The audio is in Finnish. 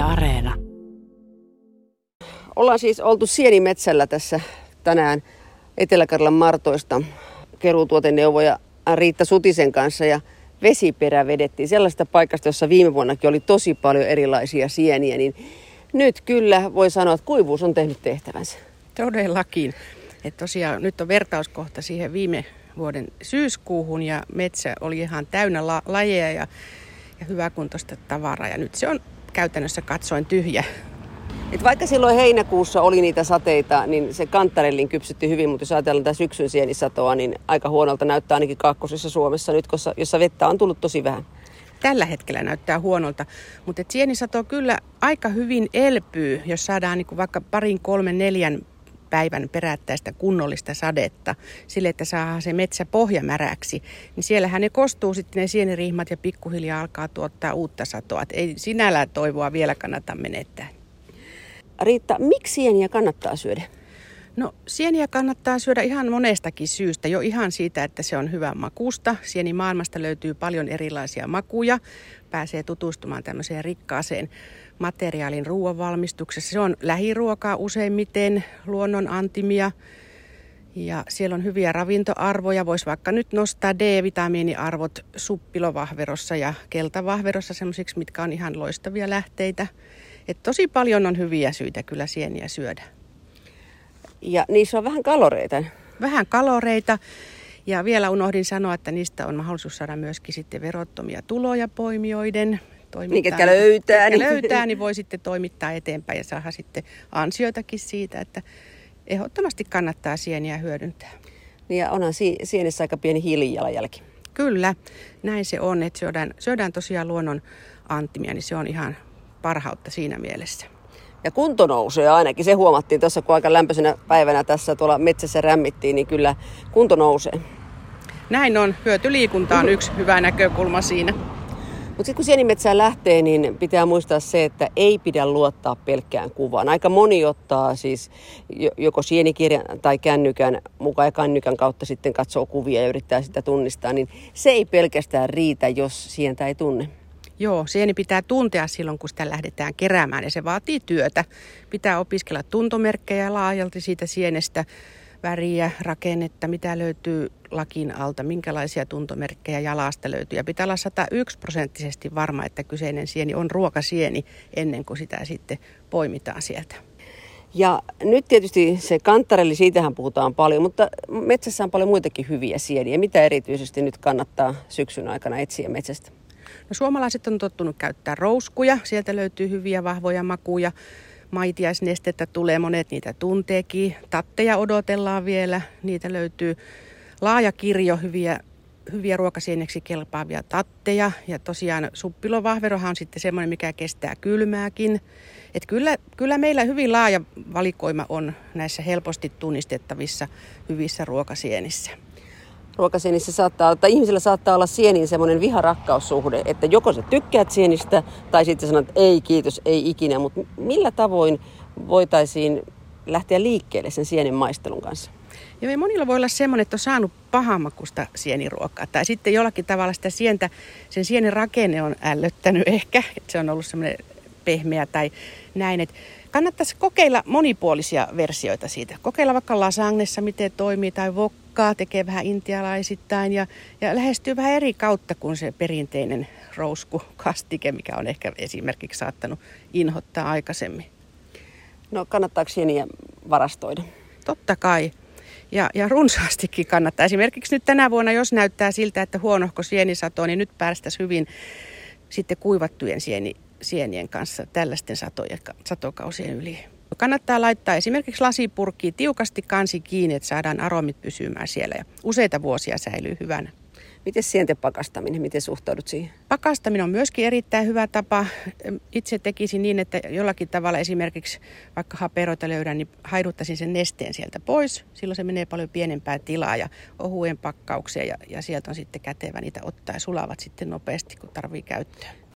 Areena. Ollaan siis oltu sienimetsällä tässä tänään Etelä-Karjalan Martoista keruutuoteneuvoja Riitta Sutisen kanssa ja vesiperä vedettiin sellaista paikasta, jossa viime vuonnakin oli tosi paljon erilaisia sieniä, niin nyt kyllä voi sanoa, että kuivuus on tehnyt tehtävänsä. Todellakin. Että tosiaan nyt on vertauskohta siihen viime vuoden syyskuuhun ja metsä oli ihan täynnä lajeja ja hyväkuntoista tavaraa ja nyt se on käytännössä katsoen tyhjä. Et vaikka silloin heinäkuussa oli niitä sateita, niin se kanttarellin kypsytti hyvin, mutta jos ajatellaan tätä syksyn sienisatoa, niin aika huonolta näyttää ainakin kaakkoisessa Suomessa nyt, jossa vettä on tullut tosi vähän. Tällä hetkellä näyttää huonolta, mutta sienisato kyllä aika hyvin elpyy, jos saadaan niin kuin vaikka 2, 3, 4 päivän perättäistä kunnollista sadetta, sille että saadaan se metsä pohjamäräksi, niin siellähän ne kostuu sitten ne sienirihmat ja pikkuhiljaa alkaa tuottaa uutta satoa. Et ei sinällään toivoa vielä kannata menettää. Riitta, miksi sieniä kannattaa syödä? No sieniä kannattaa syödä ihan monestakin syystä. Jo ihan siitä, että se on hyvän makusta. Sienimaailmasta löytyy paljon erilaisia makuja. Pääsee tutustumaan tämmöiseen rikkaaseen materiaalin ruoanvalmistuksessa. Se on lähiruokaa useimmiten, luonnon antimia. Ja siellä on hyviä ravintoarvoja. Voisi vaikka nyt nostaa D-vitamiiniarvot suppilovahverossa ja keltavahverossa semmoisiksi, mitkä on ihan loistavia lähteitä. Et tosi paljon on hyviä syitä kyllä sieniä syödä. Ja niissä on vähän kaloreita. Vähän kaloreita. Ja vielä unohdin sanoa, että niistä on mahdollisuus saada myöskin sitten verottomia tuloja poimijoiden. Niin, ketkä löytää. Niin voi sitten toimittaa eteenpäin ja saada sitten ansioitakin siitä, että ehdottomasti kannattaa sieniä hyödyntää. Niin ja onhan sienessä aika pieni hiilijalanjälki. Kyllä, näin se on, että syödään tosiaan luonnon antimia, niin se on ihan parhautta siinä mielessä. Ja kunto nousee ainakin. Se huomattiin tuossa, kun aika lämpöisenä päivänä tässä tuolla metsässä rämmittiin, niin kyllä kunto nousee. Näin on. Hyötyliikunta on yksi hyvä näkökulma siinä. Mutta sitten kun sienimetsään lähtee, niin pitää muistaa se, että ei pidä luottaa pelkkään kuvaan. Aika moni ottaa siis joko sienikirjan tai kännykän mukaan ja kännykän kautta sitten katsoo kuvia ja yrittää sitä tunnistaa. Niin se ei pelkästään riitä, jos sientä ei tunne. Joo, sieni pitää tuntea silloin, kun sitä lähdetään keräämään ja se vaatii työtä. Pitää opiskella tuntomerkkejä laajalti siitä sienestä, väriä, rakennetta, mitä löytyy lakin alta, minkälaisia tuntomerkkejä jalasta löytyy. Ja pitää olla 101% varma, että kyseinen sieni on ruokasieni ennen kuin sitä sitten poimitaan sieltä. Ja nyt tietysti se kanttarelli, siitähän puhutaan paljon, mutta metsässä on paljon muitakin hyviä sieniä. Mitä erityisesti nyt kannattaa syksyn aikana etsiä metsästä? No, suomalaiset on tottunut käyttää rouskuja. Sieltä löytyy hyviä vahvoja makuja. Maitiaisnestettä tulee, monet niitä tunteekin. Tatteja odotellaan vielä. Niitä löytyy laaja kirjo hyviä ruokasieneksi kelpaavia tatteja. Ja tosiaan suppilovahverohan on sitten semmoinen, mikä kestää kylmääkin. Et kyllä meillä hyvin laaja valikoima on näissä helposti tunnistettavissa hyvissä ruokasienissä. Ruokasienissä ihmisillä saattaa olla sieniin semmoinen viha-rakkaussuhde, että joko sä tykkäät sienistä tai sitten sanot, että ei kiitos, ei ikinä. Mutta millä tavoin voitaisiin lähteä liikkeelle sen sienen maistelun kanssa? Ja monilla voi olla semmoinen, että on saanut pahanmakuista sieniruokaa. Tai sitten jollakin tavalla sitä sen sienen rakenne on ällöttänyt ehkä, että se on ollut semmoinen pehmeä tai näin. Että kannattaisi kokeilla monipuolisia versioita siitä. Kokeilla vaikka lasagnessa, miten toimii, tai wokkaa, tekee vähän intialaisittain ja lähestyy vähän eri kautta kuin se perinteinen rouskukastike, mikä on ehkä esimerkiksi saattanut inhottaa aikaisemmin. No kannattaako sieniä varastoida? Totta kai. Ja runsaastikin kannattaa. Esimerkiksi nyt tänä vuonna, jos näyttää siltä, että huonohko sienisato, niin nyt päästäisiin hyvin sitten kuivattujen sienien kanssa tällaisten satokausien yli. Kannattaa laittaa esimerkiksi lasipurkkiin tiukasti kansi kiinni, että saadaan aromit pysymään siellä ja useita vuosia säilyy hyvänä. Miten sienten pakastaminen, miten suhtaudut siihen? Pakastaminen on myöskin erittäin hyvä tapa. Itse tekisin niin, että jollakin tavalla esimerkiksi vaikka haperoita löydän, niin haiduttaisin sen nesteen sieltä pois. Silloin se menee paljon pienempään tilaa ja ohuen pakkaukseen ja sieltä on sitten kätevä niitä ottaa ja sulavat sitten nopeasti, kun tarvii käyttöön.